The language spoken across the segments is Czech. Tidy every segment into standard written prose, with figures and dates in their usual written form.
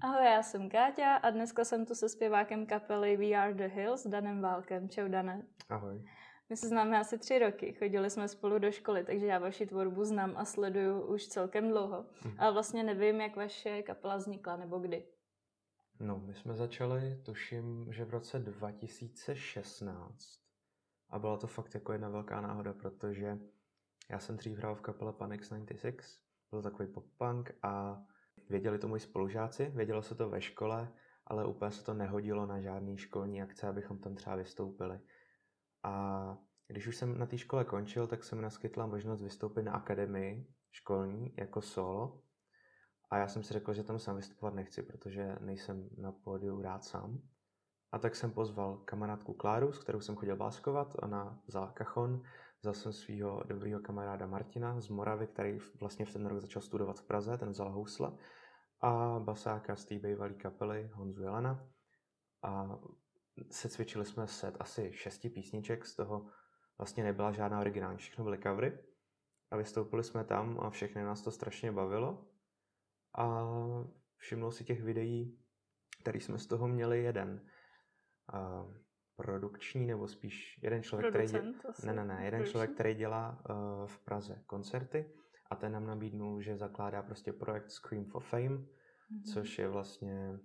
Ahoj, já jsem Káťa a dneska jsem tu se zpěvákem kapely We Are The Hills, Danem Válkem. Čau, Dane. Ahoj. My se známe asi 3 roky, chodili jsme spolu do školy, takže já vaši tvorbu znám a sleduju už celkem dlouho. Ale vlastně nevím, jak vaše kapela vznikla nebo kdy. No, my jsme začali, tuším, že v roce 2016 a byla to fakt jako jedna velká náhoda, protože já jsem dřív hrál v kapele Panics 96, byl takový pop-punk a věděli to moji spolužáci, vědělo se to ve škole, ale úplně se to nehodilo na žádný školní akce, abychom tam třeba vystoupili. A když už jsem na té škole končil, tak se mi naskytla možnost vystoupit na akademii školní jako solo. A já jsem si řekl, že tam sám vystupovat nechci, protože nejsem na pódiu rád sám. A tak jsem pozval kamarádku Kláru, s kterou jsem chodil báskovat. Ona vzala kachon, vzal jsem svého dobrýho kamaráda Martina z Moravy, který vlastně v ten rok začal studovat v Praze, ten vzal housle. A basáka z té bývalé kapely Honzu Jelena. A cvičili jsme set asi 6 písniček, z toho vlastně nebyla žádná originální, všechno byly covery. A vystoupili jsme tam a všechny nás to strašně bavilo. A všimnul si těch videí, který jsme z toho měli jeden produkční, nebo spíš jeden člověk, člověk, který dělá v Praze koncerty a ten nám nabídnul, že zakládá prostě projekt Scream for Fame, což je vlastně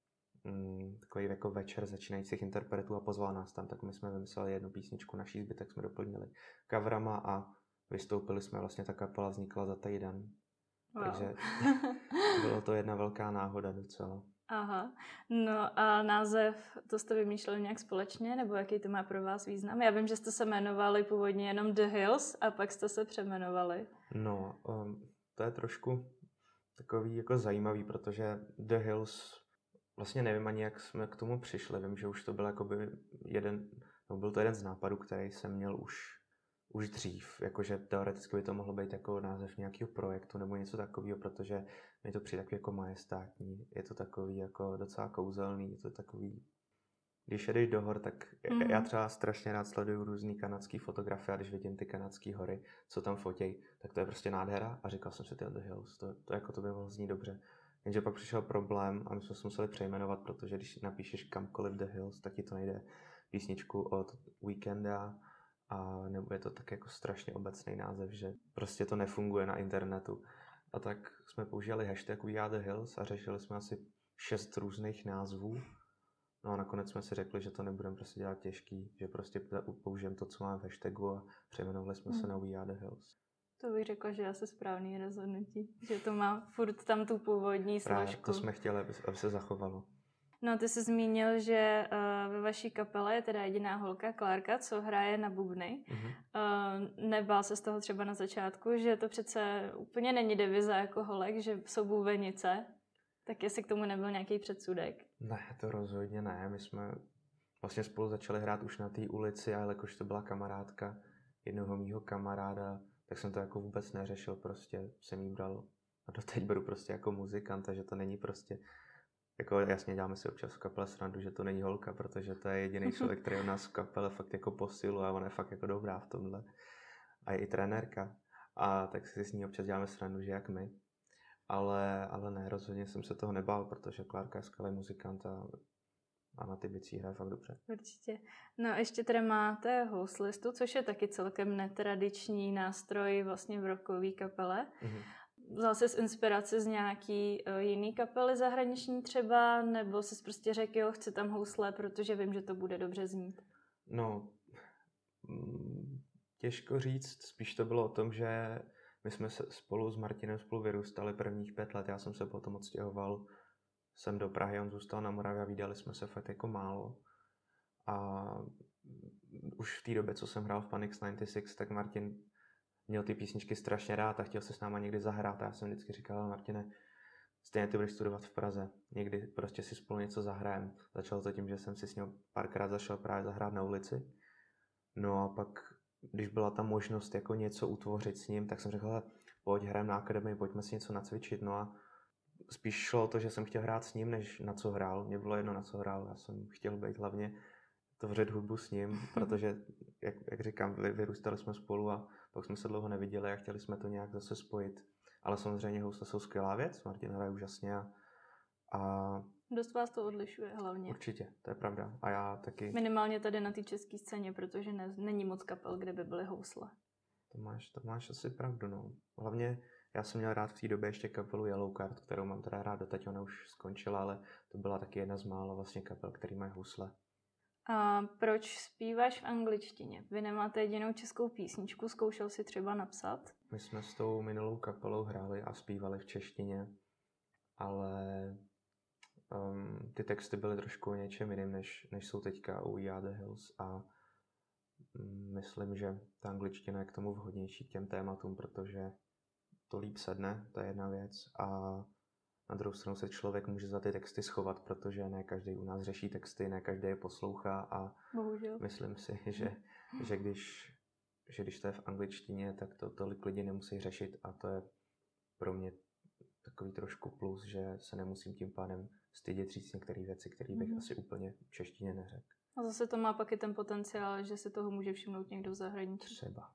takový jako večer začínajících interpretů a pozval nás tam, tak my jsme vymysleli jednu písničku, naší zbytek jsme doplnili coverama a vystoupili jsme, vlastně ta kapela vznikla za týden. Wow. Takže bylo to jedna velká náhoda docela. Aha, no a název, to jste vymýšleli nějak společně, nebo jaký to má pro vás význam? Já vím, že jste se jmenovali původně jenom The Hills a pak jste se přeměnovali. No, to je trošku takový jako zajímavý, protože The Hills, vlastně nevím ani, jak jsme k tomu přišli. Vím, že už to byl jakoby byl to jeden z nápadů, který jsem měl už dřív, jakože teoreticky by to mohlo být jako název nějakého projektu nebo něco takového, protože mi to přijde takový jako majestátní, je to takový jako docela kouzelný, je to takový, když jedeš do hor, tak já třeba strašně rád sleduju různý kanadský fotografie a když vidím ty kanadský hory, co tam fotěj, tak to je prostě nádhera a říkal jsem si The Hills, to jako to by mohlo znít dobře. Jenže pak přišel problém a my jsme se museli přejmenovat, protože když napíšeš kamkoliv The Hills, tak ti to nejde písničku od Weekenda, a nebo je to tak jako strašně obecný název, že prostě to nefunguje na internetu. A tak jsme používali hashtag We Are The Hills a řešili jsme asi 6 různých názvů. No a nakonec jsme si řekli, že to nebudeme prostě dělat těžký, že prostě použijeme to, co máme v hashtagu a přejmenovali jsme se na We Are The Hills. To bych řekla, že je asi správný rozhodnutí, že to má furt tam tu původní složku. To jsme chtěli, aby se zachovalo. No, ty jsi zmínil, že ve vaší kapele je teda jediná holka, Klárka, co hraje na bubny. Nebál se z toho třeba na začátku, že to přece úplně není deviza jako holek, že jsou bubenice? Tak jestli k tomu nebyl nějaký předsudek? Ne, to rozhodně ne. My jsme vlastně spolu začali hrát už na té ulici, a jakož to byla kamarádka jednoho mýho kamaráda, tak jsem to jako vůbec neřešil, prostě jsem jí bral a doteď beru prostě jako muzikanta, že to není prostě jako jasně děláme si občas v kapele srandu, že to není holka, protože to je jediný člověk, který u nás v kapele fakt jako posiluje a ona je fakt jako dobrá v tomhle. A je i trenérka. A tak si s ní občas děláme srandu, že jak my. Ale ne, rozhodně jsem se toho nebál, protože Klárka je skvělý muzikant a na ty bicí hraje fakt dobře. Určitě. No ještě teda máte houslistu, což je taky celkem netradiční nástroj vlastně v rockové kapele. Vzal jsi inspiraci z nějaký jiný kapely zahraniční třeba, nebo jsi prostě řekl, jo, chci tam housle, protože vím, že to bude dobře znít? No, těžko říct, spíš to bylo o tom, že my jsme se spolu s Martinem vyrůstali prvních 5 let, já jsem se potom odstěhoval sem do Prahy, on zůstal na Moravě a vídali jsme se fakt jako málo. A už v té době, co jsem hrál v Panics 96, tak Martin měl ty písničky strašně rád a chtěl se s náma někdy zahrát a já jsem vždycky říkal, Martine, stejně ty budeš studovat v Praze, někdy prostě si spolu něco zahrajem. Začalo to tím, že jsem si s ním párkrát zašel právě zahrát na ulici. No a pak, když byla ta možnost jako něco utvořit s ním, tak jsem řekl, pojď, hrajeme na akademii, pojďme si něco nacvičit. No a spíš šlo o to, že jsem chtěl hrát s ním, než na co hrál. Mně bylo jedno, na co hrál. Já jsem chtěl být hlavně tvořit hudbu s ním, protože, jak říkám, vyrůstali jsme spolu a pak jsme se dlouho neviděli a chtěli jsme to nějak zase spojit. Ale samozřejmě housle jsou skvělá věc, Martin hraje úžasně a Dost vás to odlišuje hlavně. Určitě, to je pravda. A já taky... Minimálně tady na té české scéně, protože není moc kapel, kde by byly housle. To máš asi pravdu, no. Hlavně já jsem měl rád v té době ještě kapelu Yellow Card, kterou mám teda rád doteď, ona už skončila, ale to byla taky jedna z mála vlastně kapel, který mají housle. A proč zpíváš v angličtině? Vy nemáte jedinou českou písničku, zkoušel si třeba napsat? My jsme s tou minulou kapelou hráli a zpívali v češtině, ale ty texty byly trošku o něčem jiným, než jsou teďka u We Are The Hills a myslím, že ta angličtina je k tomu vhodnější k těm tématům, protože to líp sedne, to je jedna věc a na druhou stranu se člověk může za ty texty schovat, protože ne každý u nás řeší texty, ne každý je poslouchá a bohužel. Myslím si, že když to je v angličtině, tak to tolik lidí nemusí řešit a to je pro mě takový trošku plus, že se nemusím tím pádem stydět říct některé věci, které bych asi úplně v češtině neřekl. A zase to má pak i ten potenciál, že si toho může všimnout někdo v zahraničí. Třeba.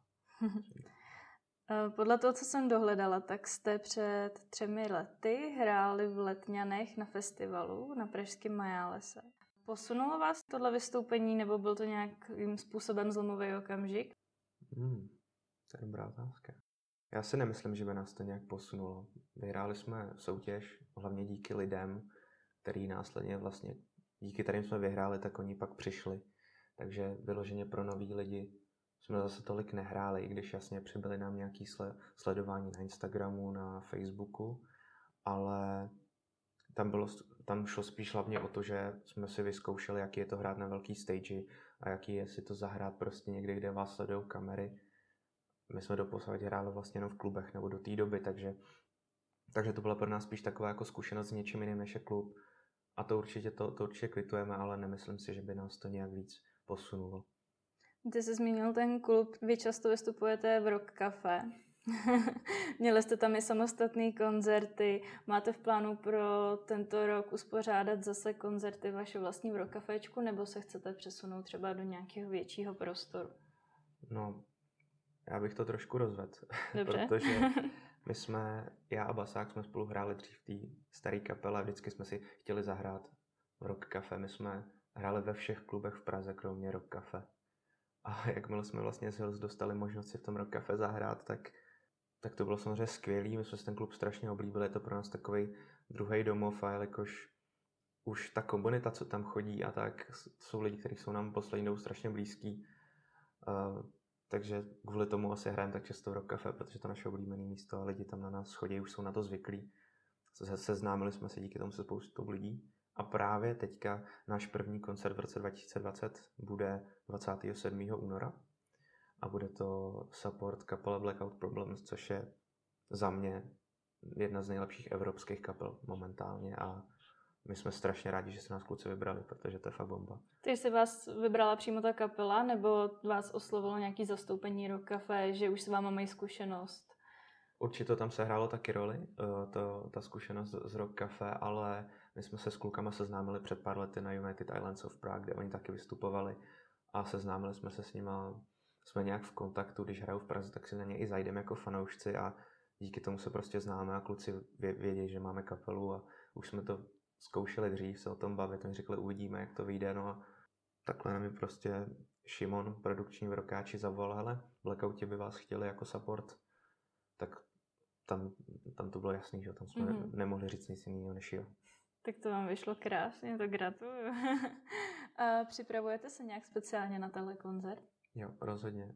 Podle toho, co jsem dohledala, tak jste před 3 lety hráli v Letňanech na festivalu na pražském Majálese. Posunulo vás tohle vystoupení, nebo byl to nějakým způsobem zlomový okamžik? To je dobrá otázka. Já si nemyslím, že by nás to nějak posunulo. Vyhráli jsme soutěž, hlavně díky lidem, který následně vlastně, díky kterým jsme vyhráli, tak oni pak přišli. Takže vyloženě pro nový lidi jsme zase tolik nehráli, i když jasně přibyly nám nějaké sledování na Instagramu, na Facebooku, ale tam šlo spíš hlavně o to, že jsme si vyzkoušeli, jaký je to hrát na velký stage a jaký je si to zahrát prostě někde, kde vás sledují kamery. My jsme doposud hráli vlastně jenom v klubech nebo do té doby, takže to byla pro nás spíš taková jako zkušenost s něčím jiným než je klub. A to určitě kvitujeme, ale nemyslím si, že by nás to nějak víc posunulo. Ty jsi zmínil ten klub, vy často vystupujete v Rock Café. Měli jste tam i samostatné koncerty. Máte v plánu pro tento rok uspořádat zase koncerty vaše vlastní v Rock Caféčku, nebo se chcete přesunout třeba do nějakého většího prostoru? No, já bych to trošku rozvedl, protože já a Basák jsme spolu hráli dřív v té staré kapele a vždycky jsme si chtěli zahrát v Rock Café. My jsme hráli ve všech klubech v Praze, kromě Rock Café. A jakmile jsme vlastně z Hills dostali možnost si v tom Rock Café zahrát, tak to bylo samozřejmě skvělý. My jsme si ten klub strašně oblíbili, je to pro nás takový druhý domov a jelikož už ta komunita, co tam chodí a tak, jsou lidi, kteří jsou nám poslední dobou strašně blízký. Takže kvůli tomu asi hrajeme tak často v Rock Café, protože to je naše oblíbené místo a lidi tam na nás chodí, už jsou na to zvyklí. Seznámili jsme se díky tomu se spoustou lidí. A právě teďka náš první koncert v roce 2020 bude 27. února a bude to support kapela Blackout Problems, což je za mě jedna z nejlepších evropských kapel momentálně a my jsme strašně rádi, že se nás kluci vybrali, protože to je fakt bomba. Takže si vás vybrala přímo ta kapela, nebo vás oslovilo nějaké zastoupení Rock Café, že už s váma mají zkušenost? Určitě tam se hrálo taky roli, ta zkušenost z Rock Café, ale my jsme se s klukama seznámili před pár lety na United Islands of Prague, kde oni taky vystupovali a seznámili jsme se s nima, jsme nějak v kontaktu, když hrajou v Praze, tak si na ně i zajdeme jako fanoušci a díky tomu se prostě známe a kluci vědí, že máme kapelu a už jsme to zkoušeli dřív se o tom bavit, oni řekli, uvidíme, jak to vyjde, no a takhle nám prostě Šimon, produkční rokáči, zavolal, hele, Blackouti by vás chtěli jako support, tak tam to bylo jasný, že tam jsme nemohli říct nic jiného než jo. Tak to vám vyšlo krásně, to gratuluju. A připravujete se nějak speciálně na tenhle koncert? Jo, rozhodně.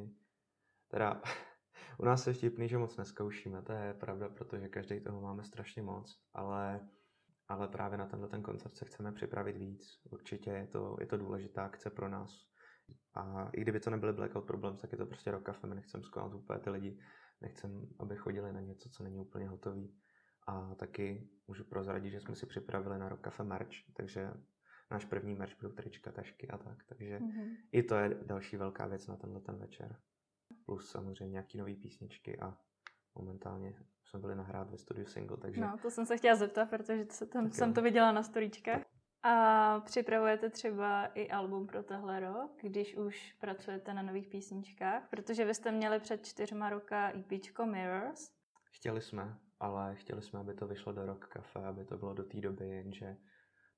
U nás je vtipný, že moc nezkoušíme, to je pravda, protože každý toho máme strašně moc, ale právě na ten koncert se chceme připravit víc. Určitě je to důležitá akce pro nás. A i kdyby to nebyly Blackout Problems, tak je to prostě Rock Café, my nechceme zkoumat úplně ty lidi, nechceme, aby chodili na něco, co není úplně hotový. A taky můžu prozradit, že jsme si připravili na Rock Café merch, takže náš první merch budou trička, tašky a tak. Takže i to je další velká věc na ten večer. Plus samozřejmě nějaký nový písničky a momentálně jsme byli nahrát ve studiu single, takže... No, to jsem se chtěla zeptat, protože jsem to viděla na storíčkách. A připravujete třeba i album pro tenhle rok, když už pracujete na nových písničkách? Protože vy jste měli před 4 roky EPčko Mirrors. Chtěli jsme, aby to vyšlo do Rock Café, aby to bylo do té doby, jenže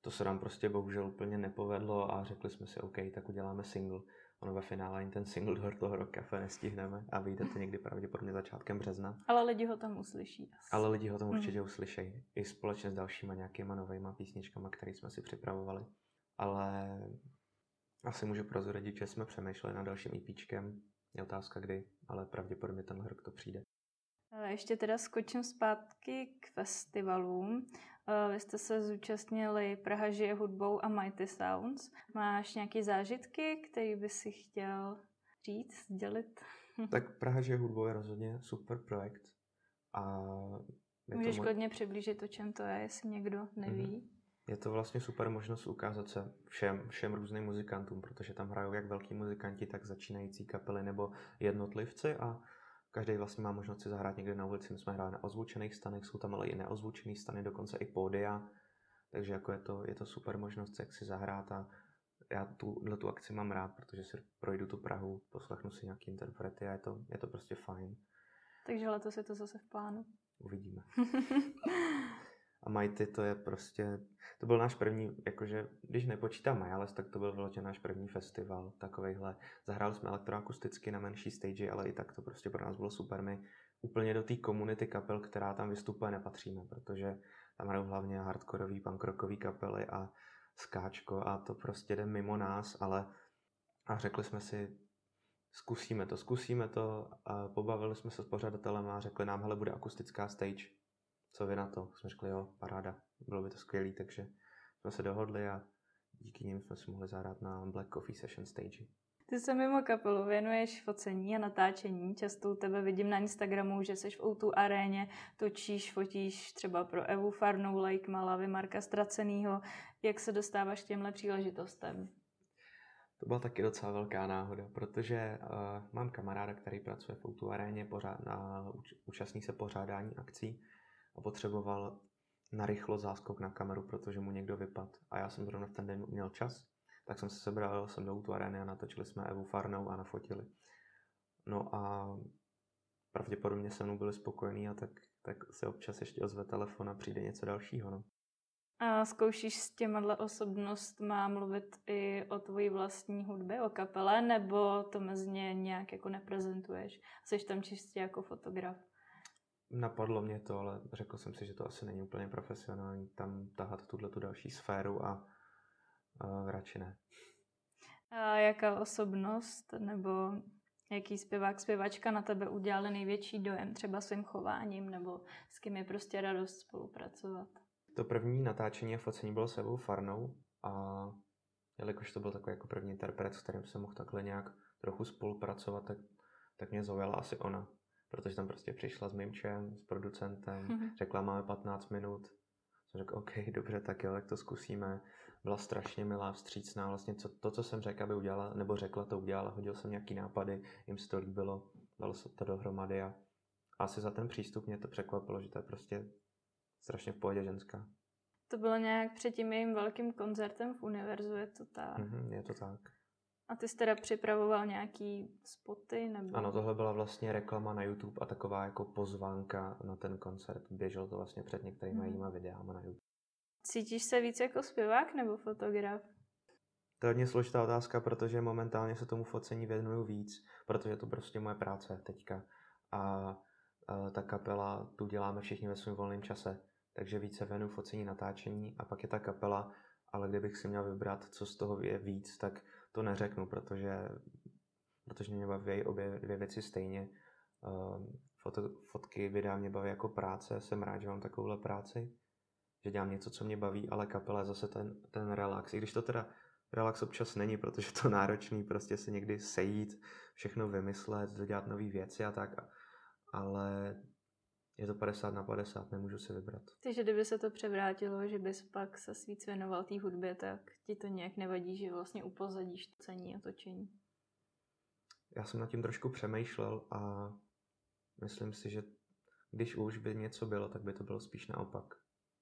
To se nám prostě bohužel úplně nepovedlo a řekli jsme si, OK, tak uděláme single. Ono ve finále ani ten single do toho Rock Café nestihneme a vyjde to někdy pravděpodobně začátkem března. Ale lidi ho tam uslyší. Ale lidi ho tam určitě uslyšejí. I společně s dalšíma nějakýma novejma písničkama, které jsme si připravovali. Ale asi můžu prozradit, že jsme přemýšleli nad dalším EPčkem. Je otázka kdy, ale pravděpodobně tenhle rok to přijde. Ještě teda skočím zpátky k festivalům. Vy jste se zúčastnili Praha žije hudbou a Mighty Sounds. Máš nějaké zážitky, které by si chtěl říct, sdělit? Tak Praha žije hudbou je rozhodně super projekt. A můžeš klidně přiblížit, o čem to je, jestli někdo neví. Je to vlastně super možnost ukázat se všem různým muzikantům, protože tam hrajou jak velký muzikanti, tak začínající kapely nebo jednotlivci a každý vlastně má možnost si zahrát někde na ulici. My jsme hráli na ozvučených stanech, jsou tam ale i neozvučený stany, dokonce i pódia, takže jako je to super možnost, jak si zahrát a já tu akci mám rád, protože si projdu tu Prahu, poslechnu si nějaký interprety a je to prostě fajn. Takže letos je to zase v plánu. Uvidíme. A Mighty to byl náš první, jakože, když nepočítám Majales, tak to byl vyložený náš první festival, takovejhle. Zahráli jsme elektroakusticky na menší stage, ale i tak to prostě pro nás bylo super. My úplně do té komunity kapel, která tam vystupuje, nepatříme, protože tam hrajou hlavně hardkorový, punk rockový kapely a skáčko a to prostě jde mimo nás, a řekli jsme si, zkusíme to a pobavili jsme se s pořadatelem a řekli nám, hele, bude akustická stage. Co vy na to? Jsme řekli, jo, paráda, bylo by to skvělý, takže jsme se dohodli a díky nim jsme si mohli zahrát na Black Coffee Session stage. Ty se mimo kapelu věnuješ focení a natáčení. Často u tebe vidím na Instagramu, že jsi v O2 aréně, točíš, fotíš třeba pro Evu Farnou, Lake Malavy, Marka Stracenýho. Jak se dostáváš k těmhle příležitostem? To byla taky docela velká náhoda, protože mám kamaráda, který pracuje v O2 aréně, účastní se pořádání akcí a potřeboval narychlo záskok na kameru, protože mu někdo vypadl. A já jsem zrovna v ten den měl čas, tak jsem se sebral, jsem do O2 arény a natočili jsme Evu Farnou a nafotili. No a pravděpodobně se mnou byli spokojení a tak se občas ještě ozve telefon a přijde něco dalšího. No. A zkoušíš s těma osobnostma mluvit i o tvojí vlastní hudbě, o kapele, nebo to mezi ně nějak jako neprezentuješ? Jsi tam čistě jako fotograf? Napadlo mě to, ale řekl jsem si, že to asi není úplně profesionální tam tahat tu další sféru a radši ne. A jaká osobnost nebo jaký zpěvák, zpěvačka na tebe udělali největší dojem třeba svým chováním nebo s kým je prostě radost spolupracovat? To první natáčení a focení bylo s Evou Farnou a jelikož to byl takový jako první interpret, s kterým jsem mohl takhle nějak trochu spolupracovat, tak mě zaujala asi ona. Protože tam prostě přišla s Mimčem, s producentem, řekla, máme 15 minut. Jsem řekl, OK, dobře, tak jo, tak to zkusíme. Byla strašně milá, vstřícná, vlastně co jsem řekl, aby udělala, nebo řekla, to udělala, hodil jsem nějaký nápady, jim se to líbilo, dalo se to dohromady a asi za ten přístup mě to překvapilo, že to je prostě strašně v pohodě ženská. To bylo nějak před tím jejím velkým koncertem v Univerzu, je to tak? Je to tak. A ty jsi teda připravoval nějaký spoty? Nebo... Ano, tohle byla vlastně reklama na YouTube a taková jako pozvánka na ten koncert. Běželo to vlastně před některými jejíma videama na YouTube. Cítíš se víc jako zpěvák nebo fotograf? To je hodně složitá otázka, protože momentálně se tomu focení věnuju víc, protože to prostě moje práce teďka. A ta kapela, tu děláme všichni ve svém volném čase. Takže více věnuju focení, natáčení a pak je ta kapela, ale kdybych si měl vybrat, co z toho je víc, tak to neřeknu, protože mě baví obě dvě věci stejně. Fotky, videa mě baví jako práce, jsem rád, že mám takovouhle práci, že dělám něco, co mě baví, ale kapela je zase ten relax. I když to teda relax občas není, protože to náročný prostě se někdy sejít, všechno vymyslet, dodělat nové věci a tak, ale je to 50/50, nemůžu si vybrat. Takže kdyby se to převrátilo, že bys pak se víc věnoval té hudbě, tak ti to nějak nevadí, že vlastně upozadíš cení a točení? Já jsem nad tím trošku přemýšlel a myslím si, že když už by něco bylo, tak by to bylo spíš naopak.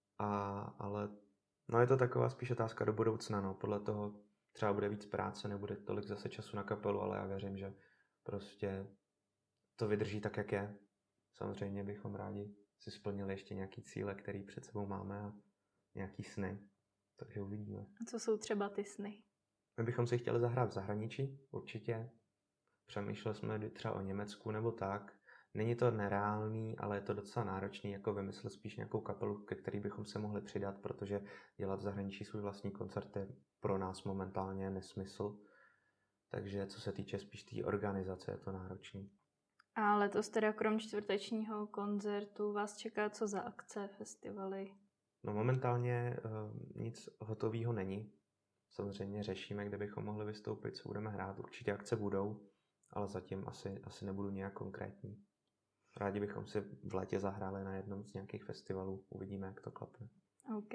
Ale je to taková spíš otázka do budoucna, no. Podle toho třeba bude víc práce, nebude tolik zase času na kapelu, ale já věřím, že prostě to vydrží tak, jak je. Samozřejmě bychom rádi si splnili ještě nějaký cíle, který před sebou máme a nějaký sny. Takže uvidíme. A co jsou třeba ty sny? My bychom si chtěli zahrát v zahraničí, určitě. Přemýšleli jsme třeba o Německu nebo tak. Není to nereálný, ale je to docela náročný, jako vymyslet spíš nějakou kapelu, ke který bychom se mohli přidat, protože dělat v zahraničí svůj vlastní koncert je pro nás momentálně nesmysl. Takže co se týče spíš té organizace, je to náročný. A letos teda krom čtvrtečního koncertu vás čeká co za akce, festivaly? No momentálně nic hotového není. Samozřejmě řešíme, kde bychom mohli vystoupit, co budeme hrát. Určitě akce budou, ale zatím asi nebudu nějak konkrétní. Rádi bychom si v létě zahráli na jednom z nějakých festivalů. Uvidíme, jak to klapne. OK.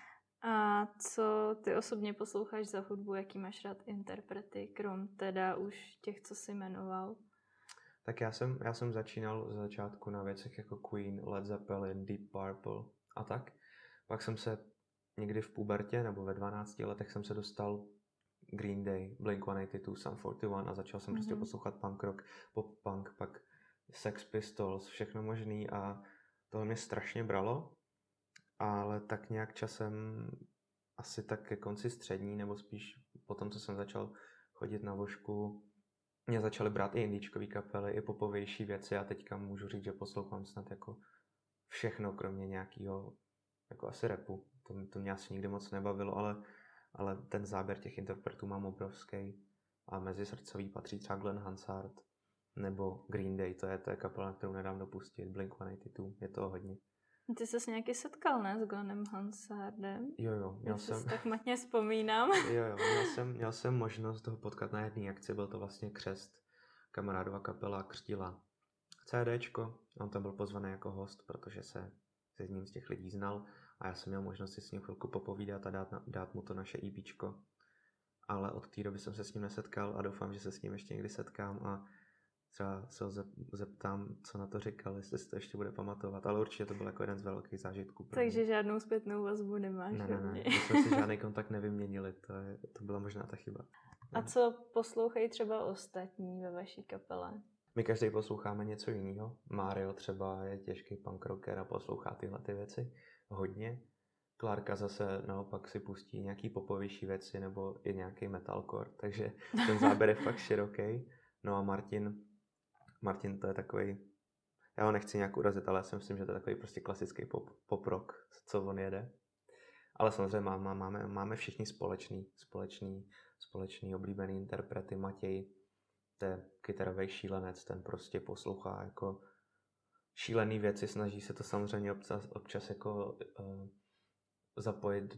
A co ty osobně posloucháš za hudbu? Jaký máš rád interprety, krom teda už těch, co jsi jmenoval? Tak já jsem začínal z začátku na věcech jako Queen, Led Zeppelin, Deep Purple a tak. Pak jsem se někdy v pubertě nebo ve 12 letech jsem se dostal Green Day, Blink-182, Sum 41 a začal jsem prostě poslouchat punk rock, pop-punk, pak Sex Pistols, všechno možný a to mě strašně bralo, ale tak nějak časem asi tak ke konci střední, nebo spíš po tom, co jsem začal chodit na vošku, mě začaly brát i indíčkový kapely, i popovější věci a teďka můžu říct, že poslouchám snad jako všechno, kromě nějakého jako asi rapu. To mě asi nikdy moc nebavilo, ale ten záběr těch interpretů mám obrovský a mezi srdcový patří třeba Glenn Hansard nebo Green Day, to je kapela, na kterou nedám dopustit, Blink-182, je to hodně. Ty ses nějaký setkal, ne, s Glennem Hansardem? Jo, měl jsem. Tak matně vzpomínám. Jo, měl jsem možnost toho potkat na jedné akci, byl to vlastně křest. Kamarádova kapela křtila CDčko, on tam byl pozvaný jako host, protože se s jedním z těch lidí znal a já jsem měl možnost si s ním chvilku popovídat a dát mu to naše EPčko. Ale od té doby jsem se s ním nesetkal a doufám, že se s ním ještě někdy setkám a třeba se ho zeptám, co na to říkal, jestli si to ještě bude pamatovat, ale určitě to byl jako jeden z velkých zážitků. Takže žádnou zpětnou vazbu nemáš? Ne, my jsme si žádný kontakt nevyměnili, to byla možná ta chyba. A co poslouchají třeba ostatní ve vaší kapele? My každý posloucháme něco jiného. Mario třeba je těžký punk rocker a poslouchá tyhle ty věci hodně. Klárka zase naopak si pustí nějaký popovější věci nebo i nějaký metalcore, takže ten záběr je fakt široký. No a Martin to je takový, já ho nechci nějak urazit, ale já si myslím, že to je takový prostě klasický pop rock, co on jede. Ale samozřejmě máme všichni společný oblíbený interprety. Matěj, to je kytarový šílenec, ten prostě poslouchá jako šílený věci, snaží se to samozřejmě občas jako zapojit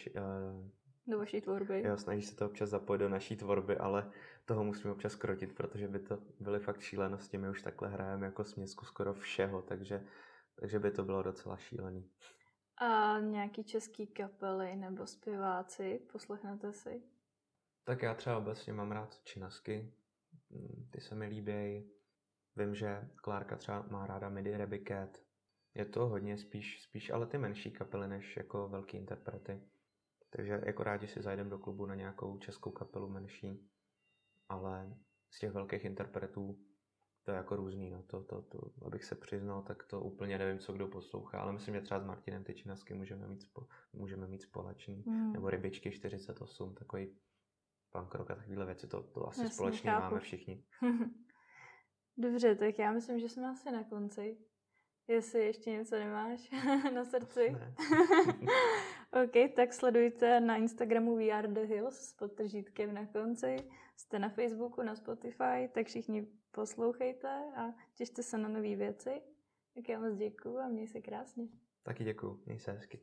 do vaší tvorby. Jo, snaží se to občas zapojit do naší tvorby, ale toho musíme občas krotit, protože by to byly fakt šílenosti. My už takhle hrajeme jako směsku skoro všeho, takže by to bylo docela šílený. A nějaký český kapely nebo zpěváci, poslechnete si? Tak já třeba obecně mám rád Činasky, ty se mi líbí. Vím, že Klárka třeba má ráda Midi Rabby Cat. Je to hodně spíš ale ty menší kapely než jako velký interprety. Takže jako rádi si zajdem do klubu na nějakou českou kapelu menší. Ale z těch velkých interpretů to je jako různý. No. To, abych se přiznal, tak to úplně nevím, co kdo poslouchá. Ale myslím, že třeba s Martinem ty Činasky můžeme mít společný. Nebo Rybičky 48, takový punk rock a takovéhle věci. To asi společně máme všichni. Dobře, tak já myslím, že jsme asi na konci. Jestli ještě něco nemáš na srdci. Ne. OK, tak sledujte na Instagramu We Are The Hills s podtržítkem na konci. Jste na Facebooku, na Spotify, tak všichni poslouchejte a těšte se na nové věci. Tak já moc děkuju a měj se krásně. Taky děkuju, měj se hezky.